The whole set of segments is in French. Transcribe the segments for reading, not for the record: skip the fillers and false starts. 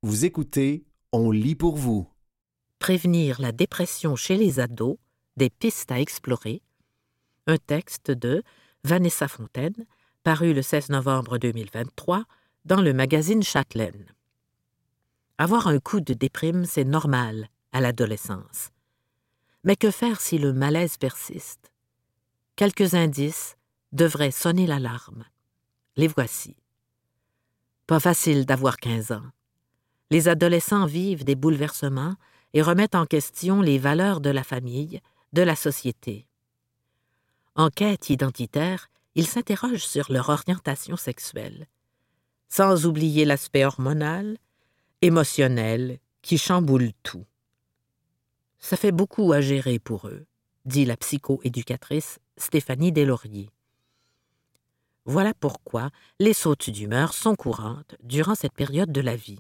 Vous écoutez On lit pour vous. Prévenir la dépression chez les ados, des pistes à explorer. Un texte de Vanessa Fontaine, paru le 16 novembre 2023 dans le magazine Châtelaine. Avoir un coup de déprime, c'est normal à l'adolescence. Mais que faire si le malaise persiste? Quelques indices devraient sonner l'alarme. Les voici. Pas facile d'avoir 15 ans. Les adolescents vivent des bouleversements et remettent en question les valeurs de la famille, de la société. En quête identitaire, ils s'interrogent sur leur orientation sexuelle, sans oublier l'aspect hormonal, émotionnel, qui chamboule tout. Ça fait beaucoup à gérer pour eux, dit la psycho-éducatrice Stéphanie Deslauriers. Voilà pourquoi les sautes d'humeur sont courantes durant cette période de la vie.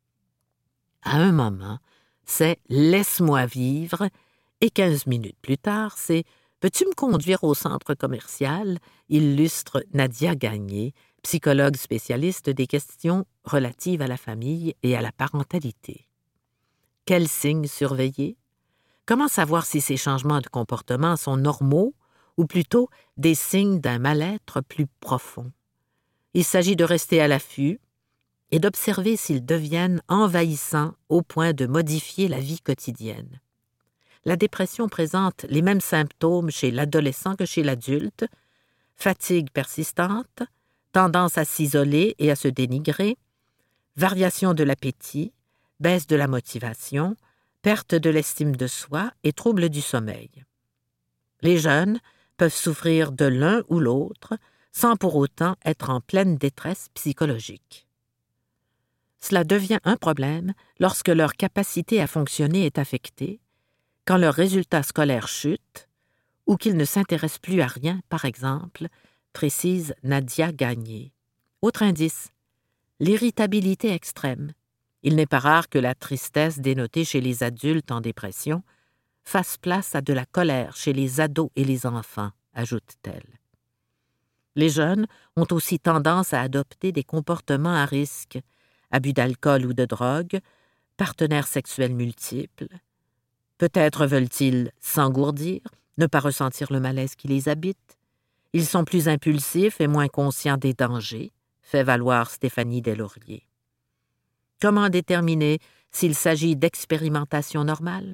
À un moment, c'est « laisse-moi vivre » et 15 minutes plus tard, c'est « peux-tu me conduire au centre commercial » illustre Nadia Gagné, psychologue spécialiste des questions relatives à la famille et à la parentalité. Quels signes surveiller? Comment savoir si ces changements de comportement sont normaux ou plutôt des signes d'un mal-être plus profond? Il s'agit de rester à l'affût et d'observer s'ils deviennent envahissants au point de modifier la vie quotidienne. La dépression présente les mêmes symptômes chez l'adolescent que chez l'adulte: fatigue persistante, tendance à s'isoler et à se dénigrer, variation de l'appétit, baisse de la motivation, perte de l'estime de soi et troubles du sommeil. Les jeunes peuvent souffrir de l'un ou l'autre sans pour autant être en pleine détresse psychologique. Cela devient un problème lorsque leur capacité à fonctionner est affectée, quand leurs résultats scolaires chutent ou qu'ils ne s'intéressent plus à rien, par exemple, précise Nadia Gagné. Autre indice, l'irritabilité extrême. Il n'est pas rare que la tristesse dénotée chez les adultes en dépression fasse place à de la colère chez les ados et les enfants, ajoute-t-elle. Les jeunes ont aussi tendance à adopter des comportements à risque, abus d'alcool ou de drogue, partenaires sexuels multiples. Peut-être veulent-ils s'engourdir, ne pas ressentir le malaise qui les habite. Ils sont plus impulsifs et moins conscients des dangers, fait valoir Stéphanie Deslauriers. Comment déterminer s'il s'agit d'expérimentation normale?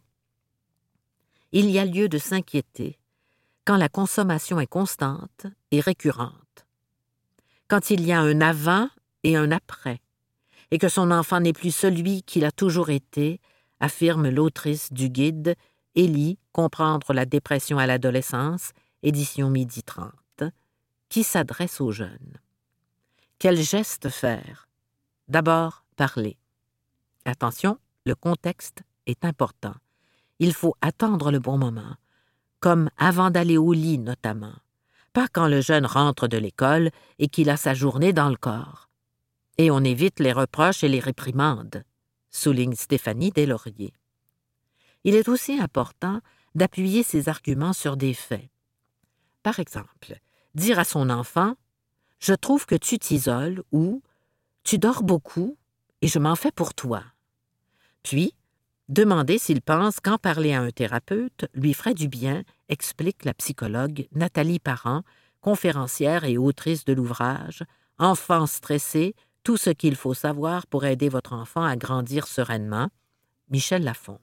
Il y a lieu de s'inquiéter quand la consommation est constante et récurrente, quand il y a un avant et un après, et que son enfant n'est plus celui qu'il a toujours été, affirme l'autrice du guide Élie, Comprendre la dépression à l'adolescence, édition 12h30, qui s'adresse aux jeunes. Quel geste faire? D'abord, parler. Attention, le contexte est important. Il faut attendre le bon moment, comme avant d'aller au lit notamment, pas quand le jeune rentre de l'école et qu'il a sa journée dans le corps. Et on évite les reproches et les réprimandes, souligne Stéphanie Deslauriers. Il est aussi important d'appuyer ses arguments sur des faits. Par exemple, dire à son enfant « Je trouve que tu t'isoles » ou « Tu dors beaucoup et je m'en fais pour toi ». Puis, demander s'il pense qu'en parler à un thérapeute lui ferait du bien, explique la psychologue Nathalie Parent, conférencière et autrice de l'ouvrage « Enfants stressés, tout ce qu'il faut savoir pour aider votre enfant à grandir sereinement », Michel Lafon.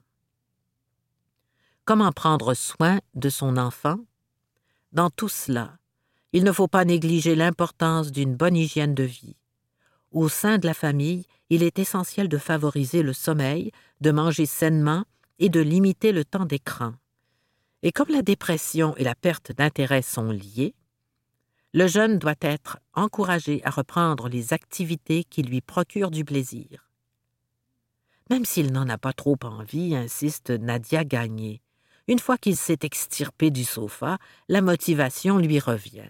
Comment prendre soin de son enfant? Dans tout cela, il ne faut pas négliger l'importance d'une bonne hygiène de vie. Au sein de la famille, il est essentiel de favoriser le sommeil, de manger sainement et de limiter le temps d'écran. Et comme la dépression et la perte d'intérêt sont liées, le jeune doit être encouragé à reprendre les activités qui lui procurent du plaisir. Même s'il n'en a pas trop envie, insiste Nadia Gagné. Une fois qu'il s'est extirpé du sofa, la motivation lui revient.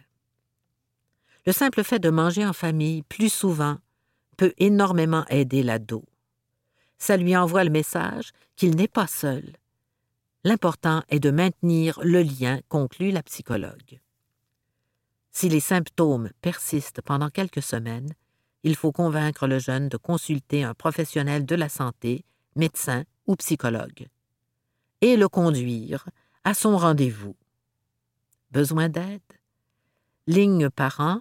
Le simple fait de manger en famille plus souvent peut énormément aider l'ado. Ça lui envoie le message qu'il n'est pas seul. L'important est de maintenir le lien, conclut la psychologue. Si les symptômes persistent pendant quelques semaines, il faut convaincre le jeune de consulter un professionnel de la santé, médecin ou psychologue, et le conduire à son rendez-vous. Besoin d'aide? Ligne parent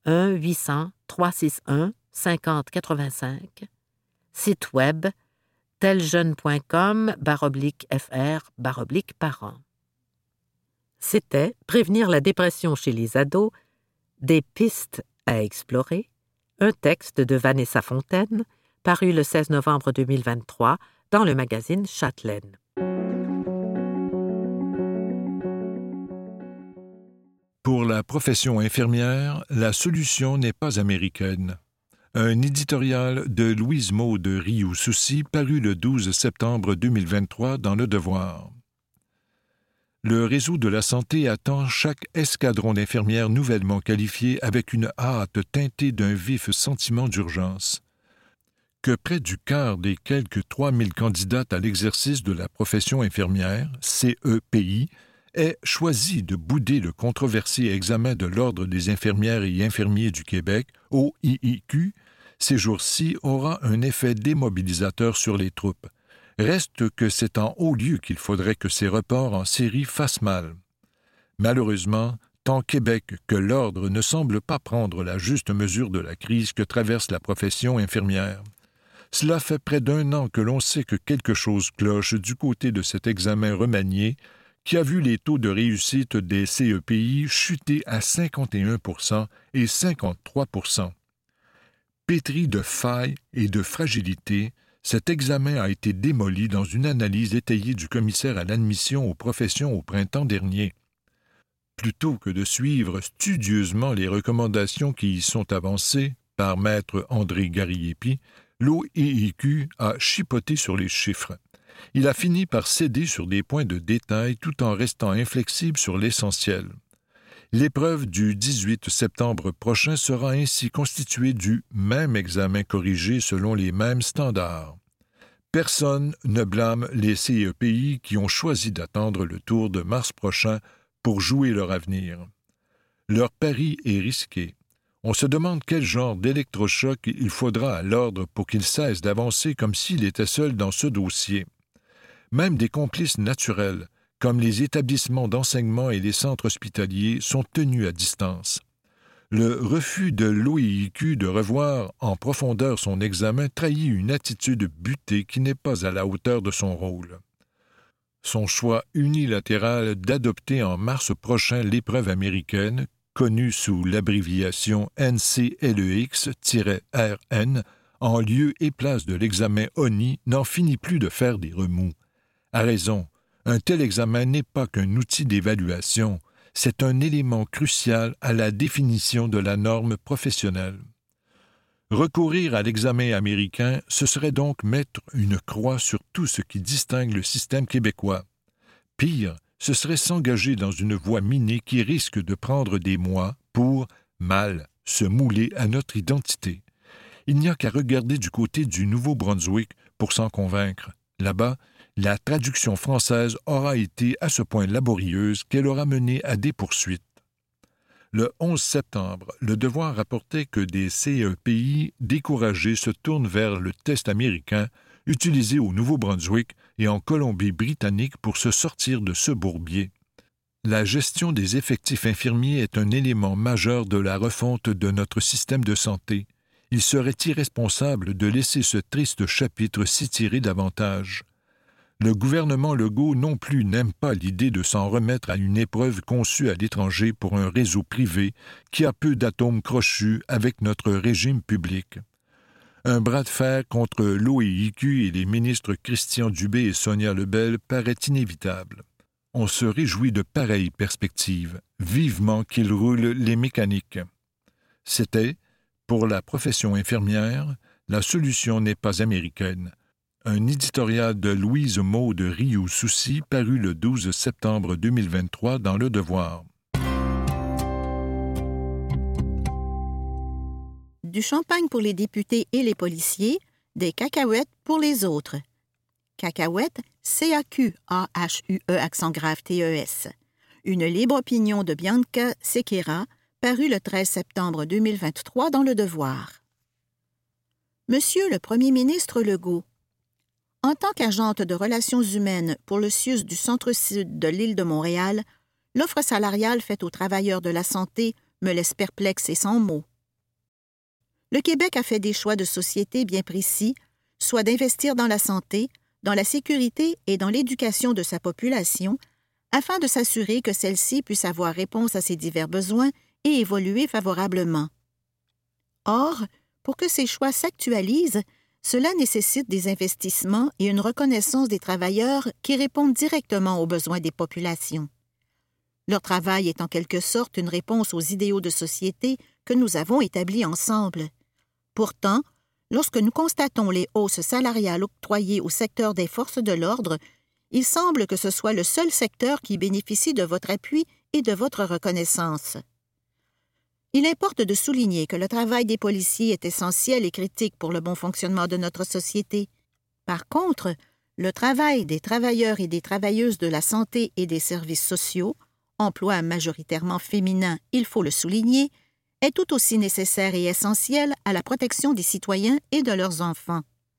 1-800-361-5085. Site web teljeune.com/fr/parent. C'était Prévenir la dépression chez les ados, des pistes à explorer, un texte de Vanessa Fontaine, paru le 16 novembre 2023 dans le magazine Châtelaine. Pour la profession infirmière, la solution n'est pas américaine. Un éditorial de Louise Maud Rioux-Soucy paru le 12 septembre 2023 dans Le Devoir. Le réseau de la santé attend chaque escadron d'infirmières nouvellement qualifiées avec une hâte teintée d'un vif sentiment d'urgence. Que près du quart des quelques 3000 candidates à l'exercice de la profession infirmière, CEPI, ait choisi de bouder le controversé examen de l'Ordre des infirmières et infirmiers du Québec, OIIQ, ces jours-ci aura un effet démobilisateur sur les troupes. Reste que c'est en haut lieu qu'il faudrait que ces reports en série fassent mal. Malheureusement, tant Québec que l'Ordre ne semblent pas prendre la juste mesure de la crise que traverse la profession infirmière. Cela fait près d'un an que l'on sait que quelque chose cloche du côté de cet examen remanié qui a vu les taux de réussite des CEPI chuter à 51% et 53%. Pétri de failles et de fragilités, cet examen a été démoli dans une analyse étayée du commissaire à l'admission aux professions au printemps dernier. Plutôt que de suivre studieusement les recommandations qui y sont avancées par maître André Gariepi, l'OIIQ a chipoté sur les chiffres. Il a fini par céder sur des points de détail tout en restant inflexible sur l'essentiel. L'épreuve du 18 septembre prochain sera ainsi constituée du même examen corrigé selon les mêmes standards. Personne ne blâme les CEPI qui ont choisi d'attendre le tour de mars prochain pour jouer leur avenir. Leur pari est risqué. On se demande quel genre d'électrochoc il faudra à l'Ordre pour qu'il cesse d'avancer comme s'il était seul dans ce dossier. Même des complices naturels, comme les établissements d'enseignement et les centres hospitaliers, sont tenus à distance. Le refus de l'OIIQ de revoir en profondeur son examen trahit une attitude butée qui n'est pas à la hauteur de son rôle. Son choix unilatéral d'adopter en mars prochain l'épreuve américaine, connue sous l'abréviation NCLEX-RN, en lieu et place de l'examen ONI, n'en finit plus de faire des remous. À raison, un tel examen n'est pas qu'un outil d'évaluation, c'est un élément crucial à la définition de la norme professionnelle. Recourir à l'examen américain, ce serait donc mettre une croix sur tout ce qui distingue le système québécois. Pire, ce serait s'engager dans une voie minée qui risque de prendre des mois pour, mal, se mouler à notre identité. Il n'y a qu'à regarder du côté du Nouveau-Brunswick pour s'en convaincre. Là-bas, la traduction française aura été à ce point laborieuse qu'elle aura mené à des poursuites. Le 11 septembre, Le Devoir rapportait que des CEPI découragés se tournent vers le test américain utilisé au Nouveau-Brunswick et en Colombie-Britannique pour se sortir de ce bourbier. La gestion des effectifs infirmiers est un élément majeur de la refonte de notre système de santé. Il serait irresponsable de laisser ce triste chapitre s'étirer davantage. Le gouvernement Legault non plus n'aime pas l'idée de s'en remettre à une épreuve conçue à l'étranger pour un réseau privé qui a peu d'atomes crochus avec notre régime public. Un bras de fer contre l'OIIQ et les ministres Christian Dubé et Sonia Lebel paraît inévitable. On se réjouit de pareilles perspectives, vivement qu'ils roulent les mécaniques. C'était, pour la profession infirmière, la solution n'est pas américaine. Un éditorial de Louise Maud Rioux-Soucy paru le 12 septembre 2023 dans Le Devoir. Du champagne pour les députés et les policiers, des cacahuètes pour les autres. Cacahuètes, C-A-Q-A-H-U-E accent grave T-E-S. Une libre opinion de Bianca Sequeira, paru le 13 septembre 2023 dans Le Devoir. Monsieur le Premier ministre Legault, en tant qu'agente de relations humaines pour le CIUS du centre-sud de l'île de Montréal, l'offre salariale faite aux travailleurs de la santé me laisse perplexe et sans mots. Le Québec a fait des choix de société bien précis, soit d'investir dans la santé, dans la sécurité et dans l'éducation de sa population, afin de s'assurer que celle-ci puisse avoir réponse à ses divers besoins et évoluer favorablement. Or, pour que ces choix s'actualisent, cela nécessite des investissements et une reconnaissance des travailleurs qui répondent directement aux besoins des populations. Leur travail est en quelque sorte une réponse aux idéaux de société que nous avons établis ensemble. Pourtant, lorsque nous constatons les hausses salariales octroyées au secteur des forces de l'ordre, il semble que ce soit le seul secteur qui bénéficie de votre appui et de votre reconnaissance. Il importe de souligner que le travail des policiers est essentiel et critique pour le bon fonctionnement de notre société. Par contre, le travail des travailleurs et des travailleuses de la santé et des services sociaux, emploi majoritairement féminin, il faut le souligner, est tout aussi nécessaire et essentiel à la protection des citoyens et de leurs enfants.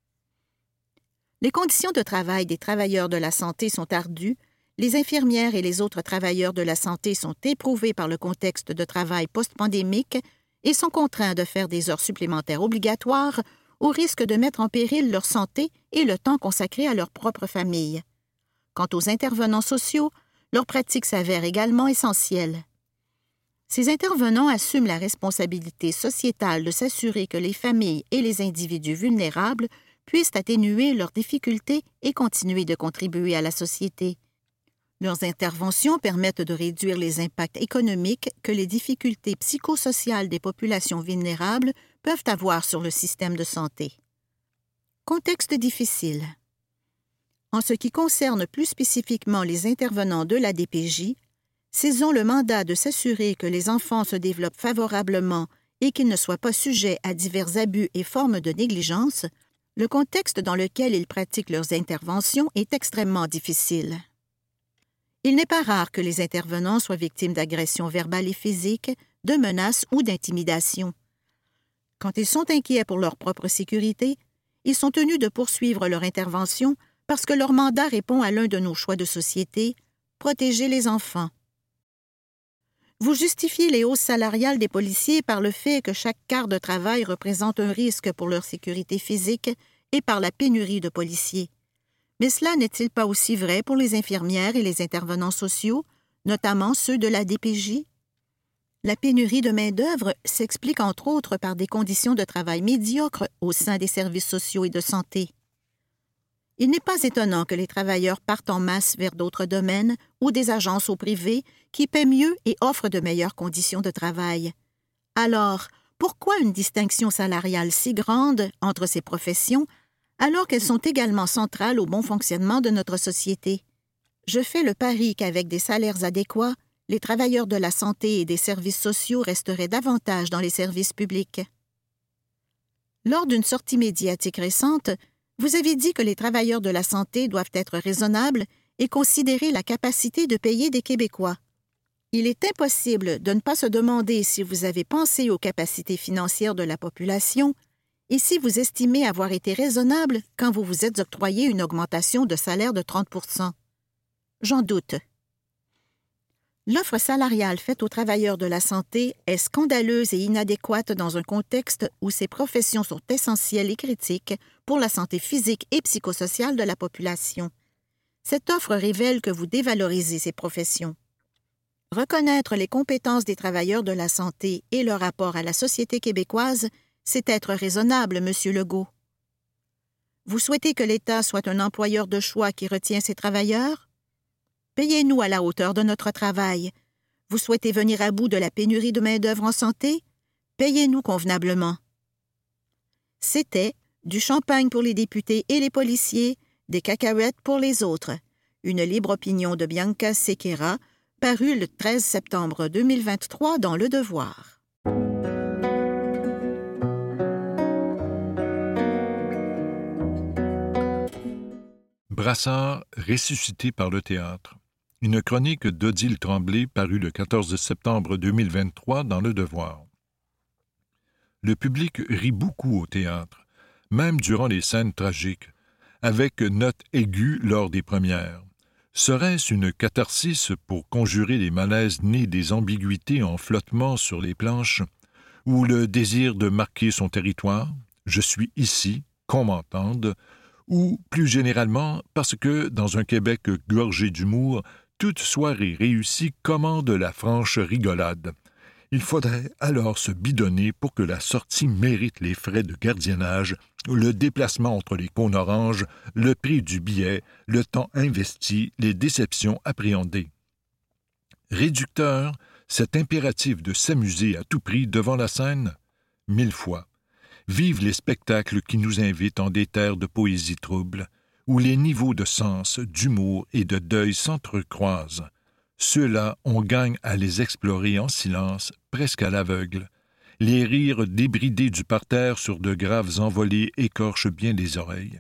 Les conditions de travail des travailleurs de la santé sont ardues, les infirmières et les autres travailleurs de la santé sont éprouvés par le contexte de travail post-pandémique et sont contraints de faire des heures supplémentaires obligatoires au risque de mettre en péril leur santé et le temps consacré à leur propre famille. Quant aux intervenants sociaux, leur pratique s'avère également essentielle. Ces intervenants assument la responsabilité sociétale de s'assurer que les familles et les individus vulnérables puissent atténuer leurs difficultés et continuer de contribuer à la société. Leurs interventions permettent de réduire les impacts économiques que les difficultés psychosociales des populations vulnérables peuvent avoir sur le système de santé. Contexte difficile. En ce qui concerne plus spécifiquement les intervenants de la DPJ, s'ils ont le mandat de s'assurer que les enfants se développent favorablement et qu'ils ne soient pas sujets à divers abus et formes de négligence, le contexte dans lequel ils pratiquent leurs interventions est extrêmement difficile. Il n'est pas rare que les intervenants soient victimes d'agressions verbales et physiques, de menaces ou d'intimidation. Quand ils sont inquiets pour leur propre sécurité, ils sont tenus de poursuivre leur intervention parce que leur mandat répond à l'un de nos choix de société, protéger les enfants. Vous justifiez les hausses salariales des policiers par le fait que chaque quart de travail représente un risque pour leur sécurité physique et par la pénurie de policiers. Mais cela n'est-il pas aussi vrai pour les infirmières et les intervenants sociaux, notamment ceux de la DPJ? La pénurie de main-d'œuvre s'explique entre autres par des conditions de travail médiocres au sein des services sociaux et de santé. Il n'est pas étonnant que les travailleurs partent en masse vers d'autres domaines ou des agences au privé qui paient mieux et offrent de meilleures conditions de travail. Alors, pourquoi une distinction salariale si grande entre ces professions alors qu'elles sont également centrales au bon fonctionnement de notre société? Je fais le pari qu'avec des salaires adéquats, les travailleurs de la santé et des services sociaux resteraient davantage dans les services publics. Lors d'une sortie médiatique récente, vous avez dit que les travailleurs de la santé doivent être raisonnables et considérer la capacité de payer des Québécois. Il est impossible de ne pas se demander si vous avez pensé aux capacités financières de la population et si vous estimez avoir été raisonnable quand vous vous êtes octroyé une augmentation de salaire de 30 %. J'en doute. L'offre salariale faite aux travailleurs de la santé est scandaleuse et inadéquate dans un contexte où ces professions sont essentielles et critiques pour la santé physique et psychosociale de la population. Cette offre révèle que vous dévalorisez ces professions. Reconnaître les compétences des travailleurs de la santé et leur rapport à la société québécoise, c'est être raisonnable, Monsieur Legault. Vous souhaitez que l'État soit un employeur de choix qui retient ses travailleurs? Payez-nous à la hauteur de notre travail. Vous souhaitez venir à bout de la pénurie de main-d'œuvre en santé? Payez-nous convenablement. C'était du champagne pour les députés et les policiers, des cacahuètes pour les autres. Une libre opinion de Bianca Sequeira, parue le 13 septembre 2023 dans Le Devoir. Brassard ressuscité par le théâtre. Une chronique d'Odile Tremblay parue le 14 septembre 2023 dans Le Devoir. Le public rit beaucoup au théâtre. même durant les scènes tragiques, avec note aiguë lors des premières. Serait-ce une catharsis pour conjurer les malaises nés des ambiguïtés en flottement sur les planches, ou le désir de marquer son territoire, je suis ici, qu'on m'entende, ou plus généralement parce que, dans un Québec gorgé d'humour, toute soirée réussie commande la franche rigolade. Il faudrait alors se bidonner pour que la sortie mérite les frais de gardiennage, le déplacement entre les cônes oranges, le prix du billet, le temps investi, les déceptions appréhendées. Réducteur, cet impératif de s'amuser à tout prix devant la scène? 1000 fois. Vive les spectacles qui nous invitent en des terres de poésie trouble, où les niveaux de sens, d'humour et de deuil s'entrecroisent. Ceux-là, on gagne à les explorer en silence, presque à l'aveugle. Les rires débridés du parterre sur de graves envolées écorchent bien les oreilles.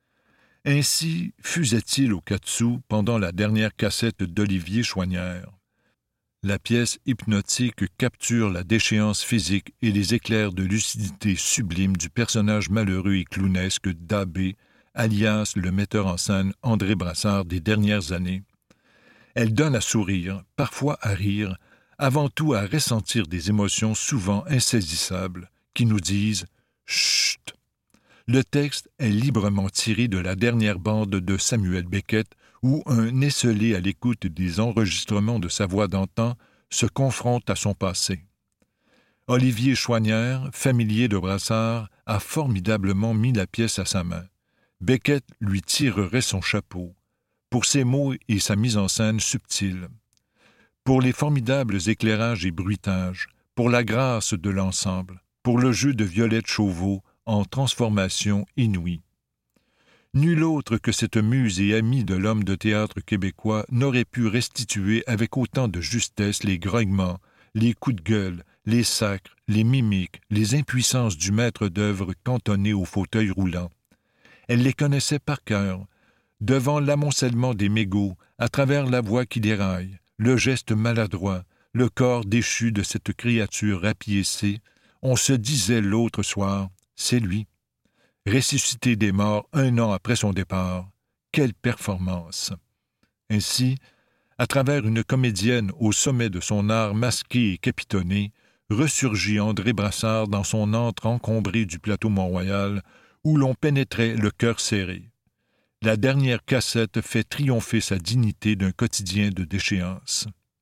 Ainsi fusait-il au Katsu pendant la dernière cassette d'Olivier Chouanière. La pièce hypnotique capture la déchéance physique et les éclairs de lucidité sublime du personnage malheureux et clownesque d'A.B., alias le metteur en scène André Brassard des dernières années. Elle donne à sourire, parfois à rire, avant tout à ressentir des émotions souvent insaisissables, qui nous disent « Chut ». Le texte est librement tiré de la dernière bande de Samuel Beckett, où un esseulé à l'écoute des enregistrements de sa voix d'antan se confronte à son passé. Olivier Chouanière, familier de Brassard, a formidablement mis la pièce à sa main. Beckett lui tirerait son chapeau, pour ses mots et sa mise en scène subtile, pour les formidables éclairages et bruitages, pour la grâce de l'ensemble, pour le jeu de Violette Chauveau en transformation inouïe. Nul autre que cette muse et amie de l'homme de théâtre québécois n'aurait pu restituer avec autant de justesse les grognements, les coups de gueule, les sacres, les mimiques, les impuissances du maître d'œuvre cantonné au fauteuil roulant. Elle les connaissait par cœur, devant l'amoncellement des mégots, à travers la voix qui déraille, le geste maladroit, le corps déchu de cette créature rapiécée, on se disait l'autre soir, c'est lui. Ressuscité des morts 1 an après son départ, quelle performance! Ainsi, à travers une comédienne au sommet de son art masqué et capitonné, ressurgit André Brassard dans son antre encombré du plateau Mont-Royal, où l'on pénétrait le cœur serré. La dernière cassette fait triompher sa dignité d'un quotidien de déchéance.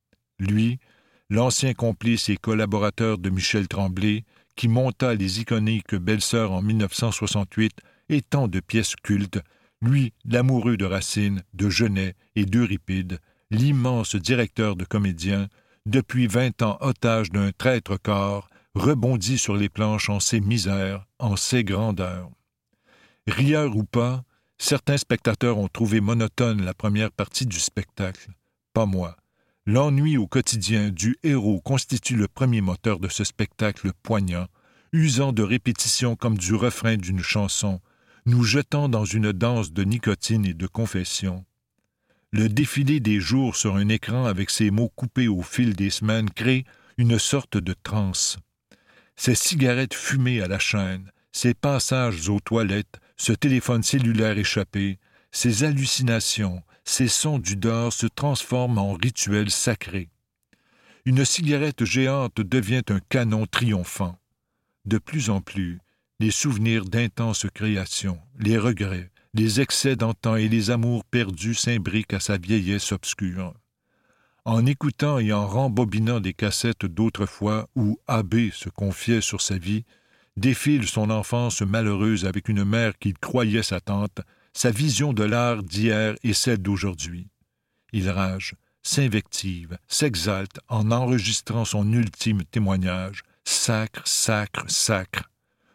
Lui, l'ancien complice et collaborateur de Michel Tremblay, qui monta les iconiques Belles-Sœurs en 1968 et tant de pièces cultes, lui, l'amoureux de Racine, de Genet et d'Euripide, l'immense directeur de comédiens, depuis 20 ans otage d'un traître corps, rebondit sur les planches en ses misères, en ses grandeurs. Rieurs ou pas, certains spectateurs ont trouvé monotone la première partie du spectacle. Pas moi. L'ennui au quotidien du héros constitue le premier moteur de ce spectacle poignant, usant de répétition comme du refrain d'une chanson, nous jetant dans une danse de nicotine et de confession. Le défilé des jours sur un écran avec ses mots coupés au fil des semaines crée une sorte de transe. Ces cigarettes fumées à la chaîne, ces passages aux toilettes, ce téléphone cellulaire échappé, ces hallucinations, ces sons du dehors se transforment en rituels sacrés. Une cigarette géante devient un canon triomphant. De plus en plus, les souvenirs d'intenses créations, les regrets, les excès d'antan et les amours perdus s'imbriquent à sa vieillesse obscure. En écoutant et en rembobinant des cassettes d'autrefois où A.B. se confiait sur sa vie, défile son enfance malheureuse avec une mère qu'il croyait sa tante, sa vision de l'art d'hier et celle d'aujourd'hui. Il rage, s'invective, s'exalte en enregistrant son ultime témoignage. Sacre, sacre, sacre.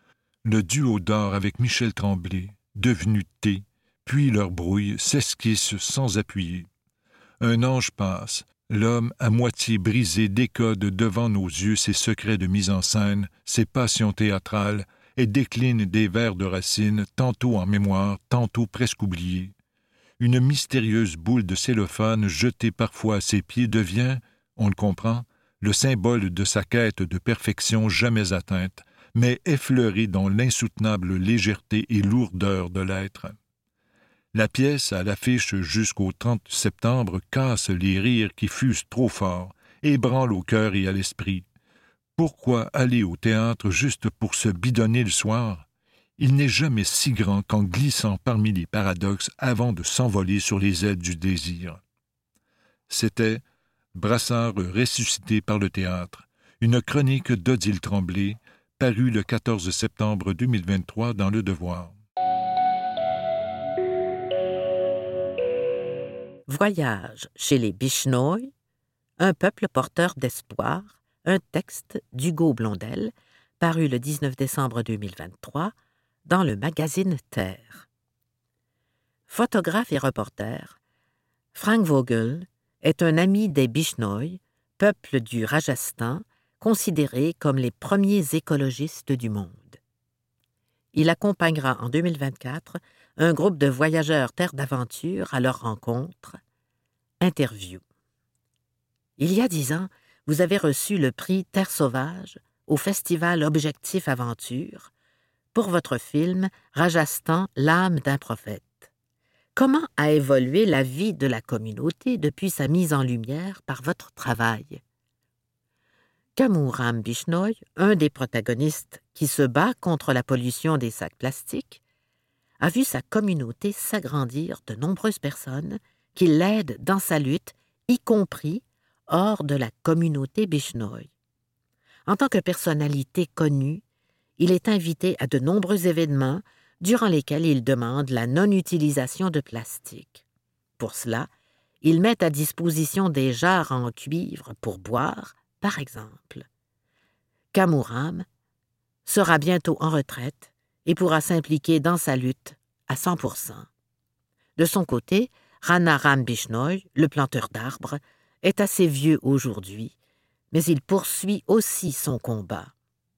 Le duo d'or avec Michel Tremblay, devenu T, puis leur brouille, s'esquisse sans appuyer. Un ange passe, l'homme à moitié brisé décode devant nos yeux ses secrets de mise en scène, ses passions théâtrales, et décline des vers de Racine, tantôt en mémoire, tantôt presque oubliés. Une mystérieuse boule de cellophane jetée parfois à ses pieds devient, on le comprend, le symbole de sa quête de perfection jamais atteinte, mais effleurée dans l'insoutenable légèreté et lourdeur de l'être. La pièce à l'affiche jusqu'au 30 septembre casse les rires qui fussent trop forts, ébranle au cœur et à l'esprit. Pourquoi aller au théâtre juste pour se bidonner le soir? Il n'est jamais si grand qu'en glissant parmi les paradoxes avant de s'envoler sur les ailes du désir. C'était Brassard ressuscité par le théâtre, une chronique d'Odile Tremblay, parue le 14 septembre 2023 dans Le Devoir. Voyage chez les Bishnoï, un peuple porteur d'espoir, un texte d'Hugo Blondel, paru le 19 décembre 2023 dans le magazine Terre. Photographe et reporter, Frank Vogel est un ami des Bishnoï, peuple du Rajasthan, considérés comme les premiers écologistes du monde. Il accompagnera en 2024 un groupe de voyageurs terre d'aventure à leur rencontre. Interview. Il y a 10 ans, vous avez reçu le prix Terre sauvage au Festival Objectif Aventure pour votre film Rajasthan, l'âme d'un prophète. Comment a évolué la vie de la communauté depuis sa mise en lumière par votre travail? Kamuram Bishnoï, un des protagonistes qui se bat contre la pollution des sacs plastiques, a vu sa communauté s'agrandir de nombreuses personnes qui l'aident dans sa lutte, y compris hors de la communauté Bishnoï. En tant que personnalité connue, il est invité à de nombreux événements durant lesquels il demande la non-utilisation de plastique. Pour cela, il met à disposition des jarres en cuivre pour boire, par exemple. Kamuram sera bientôt en retraite et pourra s'impliquer dans sa lutte à 100%. De son côté, Ranaram Bishnoï, le planteur d'arbres, est assez vieux aujourd'hui, mais il poursuit aussi son combat.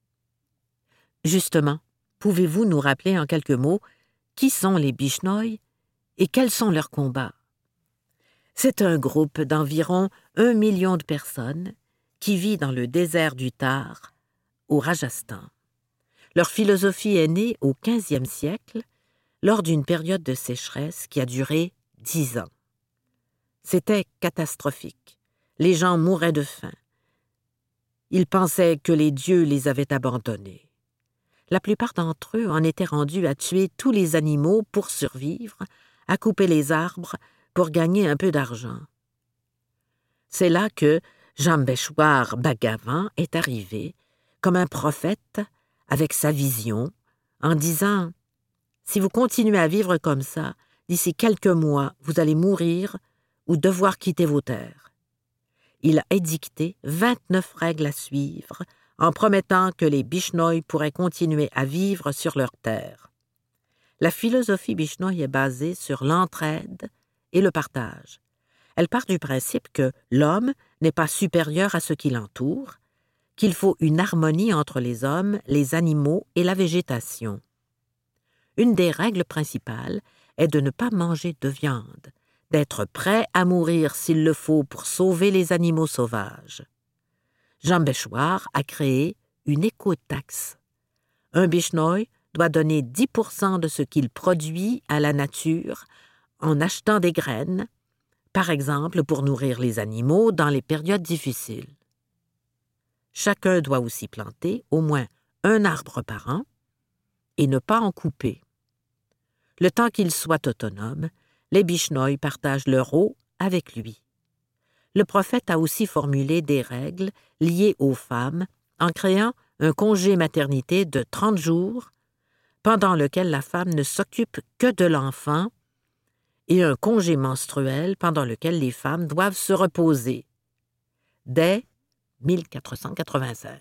Justement, pouvez-vous nous rappeler en quelques mots qui sont les Bishnoï et quels sont leurs combats? C'est un groupe d'environ 1 million de personnes qui vit dans le désert du Thar, au Rajasthan. Leur philosophie est née au XVe siècle, lors d'une période de sécheresse qui a duré 10 ans. C'était catastrophique. Les gens mouraient de faim. Ils pensaient que les dieux les avaient abandonnés. La plupart d'entre eux en étaient rendus à tuer tous les animaux pour survivre, à couper les arbres pour gagner un peu d'argent. C'est là que Jambeshwar Bhagavan est arrivé, comme un prophète, avec sa vision, en disant « Si vous continuez à vivre comme ça, d'ici quelques mois, vous allez mourir ou devoir quitter vos terres. » Il a édicté 29 règles à suivre, en promettant que les Bishnoï pourraient continuer à vivre sur leurs terres. La philosophie Bishnoï est basée sur l'entraide et le partage. Elle part du principe que l'homme n'est pas supérieur à ce qui l'entoure, qu'il faut une harmonie entre les hommes, les animaux et la végétation. Une des règles principales est de ne pas manger de viande, d'être prêt à mourir s'il le faut pour sauver les animaux sauvages. Jambeshwar a créé une écotaxe. Un Bishnoï doit donner 10% de ce qu'il produit à la nature en achetant des graines, par exemple pour nourrir les animaux dans les périodes difficiles. Chacun doit aussi planter au moins un arbre par an et ne pas en couper. Le temps qu'il soit autonome, les Bishnoï partagent leur eau avec lui. Le prophète a aussi formulé des règles liées aux femmes en créant un congé maternité de 30 jours, pendant lequel la femme ne s'occupe que de l'enfant, et un congé menstruel pendant lequel les femmes doivent se reposer, dès 1485.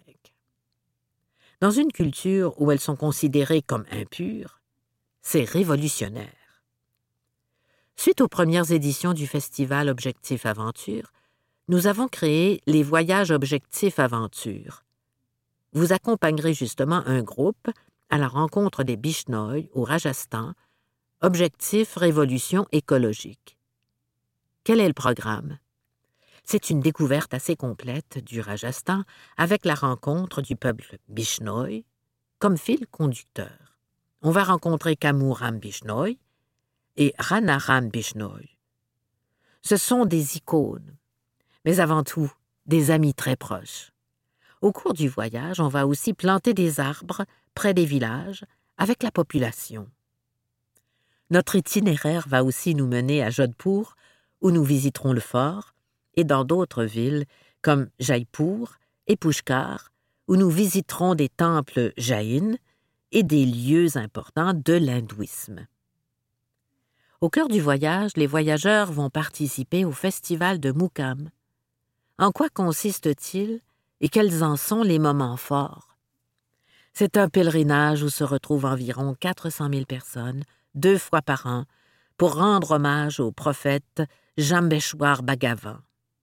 Dans une culture où elles sont considérées comme impures, c'est révolutionnaire. Suite aux premières éditions du festival Objectif Aventure, nous avons créé les Voyages Objectif Aventure. Vous accompagnerez justement un groupe à la rencontre des Bishnoï au Rajasthan, Objectif Révolution écologique. Quel est le programme? C'est une découverte assez complète du Rajasthan avec la rencontre du peuple Bishnoï, comme fil conducteur. On va rencontrer Khamu-Ram Bishnoi et Ranaram Bishnoi. Ce sont des icônes, mais avant tout, des amis très proches. Au cours du voyage, on va aussi planter des arbres près des villages avec la population. Notre itinéraire va aussi nous mener à Jodhpur, où nous visiterons le fort, et dans d'autres villes comme Jaipur et Pushkar, où nous visiterons des temples jaïns et des lieux importants de l'hindouisme. Au cœur du voyage, les voyageurs vont participer au festival de Muqam. En quoi consiste-t-il et quels en sont les moments forts? C'est un pèlerinage où se retrouvent environ 400 000 personnes, 2 fois par an, pour rendre hommage au prophète Jambeshwar Bhagavan.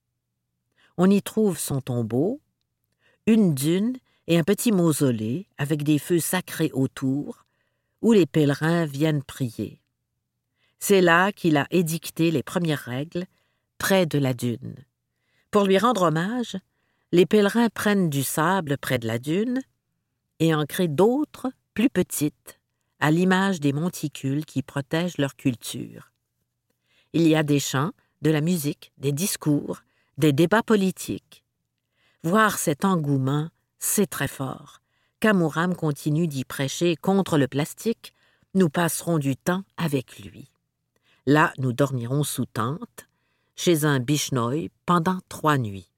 On y trouve son tombeau, une dune et un petit mausolée avec des feux sacrés autour, où les pèlerins viennent prier. C'est là qu'il a édicté les premières règles, près de la dune. Pour lui rendre hommage, les pèlerins prennent du sable près de la dune et en créent d'autres, plus petites, à l'image des monticules qui protègent leur culture. Il y a des chants, de la musique, des discours, des débats politiques. Voir cet engouement, c'est très fort. Khamu-Ram continue d'y prêcher contre le plastique. Nous passerons du temps avec lui. Là, nous dormirons sous tente, chez un Bishnoi, pendant 3 nuits.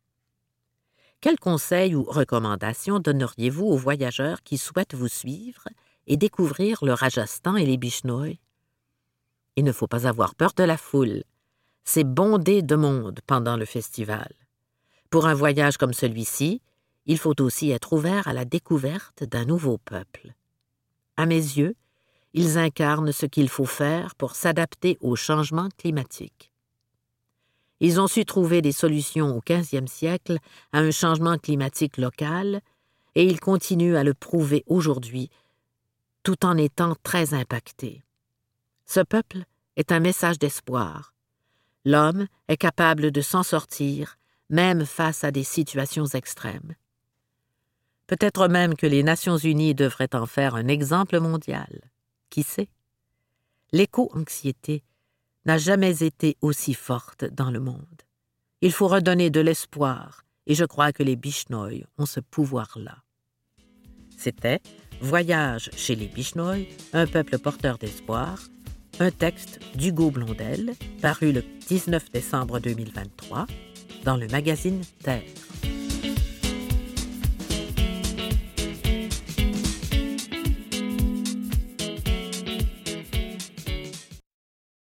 Quels conseils ou recommandations donneriez-vous aux voyageurs qui souhaitent vous suivre et découvrir le Rajasthan et les Bishnoi? Il ne faut pas avoir peur de la foule. C'est bondé de monde pendant le festival. Pour un voyage comme celui-ci, il faut aussi être ouvert à la découverte d'un nouveau peuple. À mes yeux, ils incarnent ce qu'il faut faire pour s'adapter au changement climatique. Ils ont su trouver des solutions au XVe siècle à un changement climatique local et ils continuent à le prouver aujourd'hui, tout en étant très impactés. Ce peuple est un message d'espoir. L'homme est capable de s'en sortir, même face à des situations extrêmes. Peut-être même que les Nations unies devraient en faire un exemple mondial. Qui sait? L'éco-anxiété n'a jamais été aussi forte dans le monde. Il faut redonner de l'espoir, et je crois que les Bishnoi ont ce pouvoir-là. C'était Voyage chez les Bishnoi, un peuple porteur d'espoir, un texte d'Hugo Blondel, paru le 19 décembre 2023 dans le magazine Terre.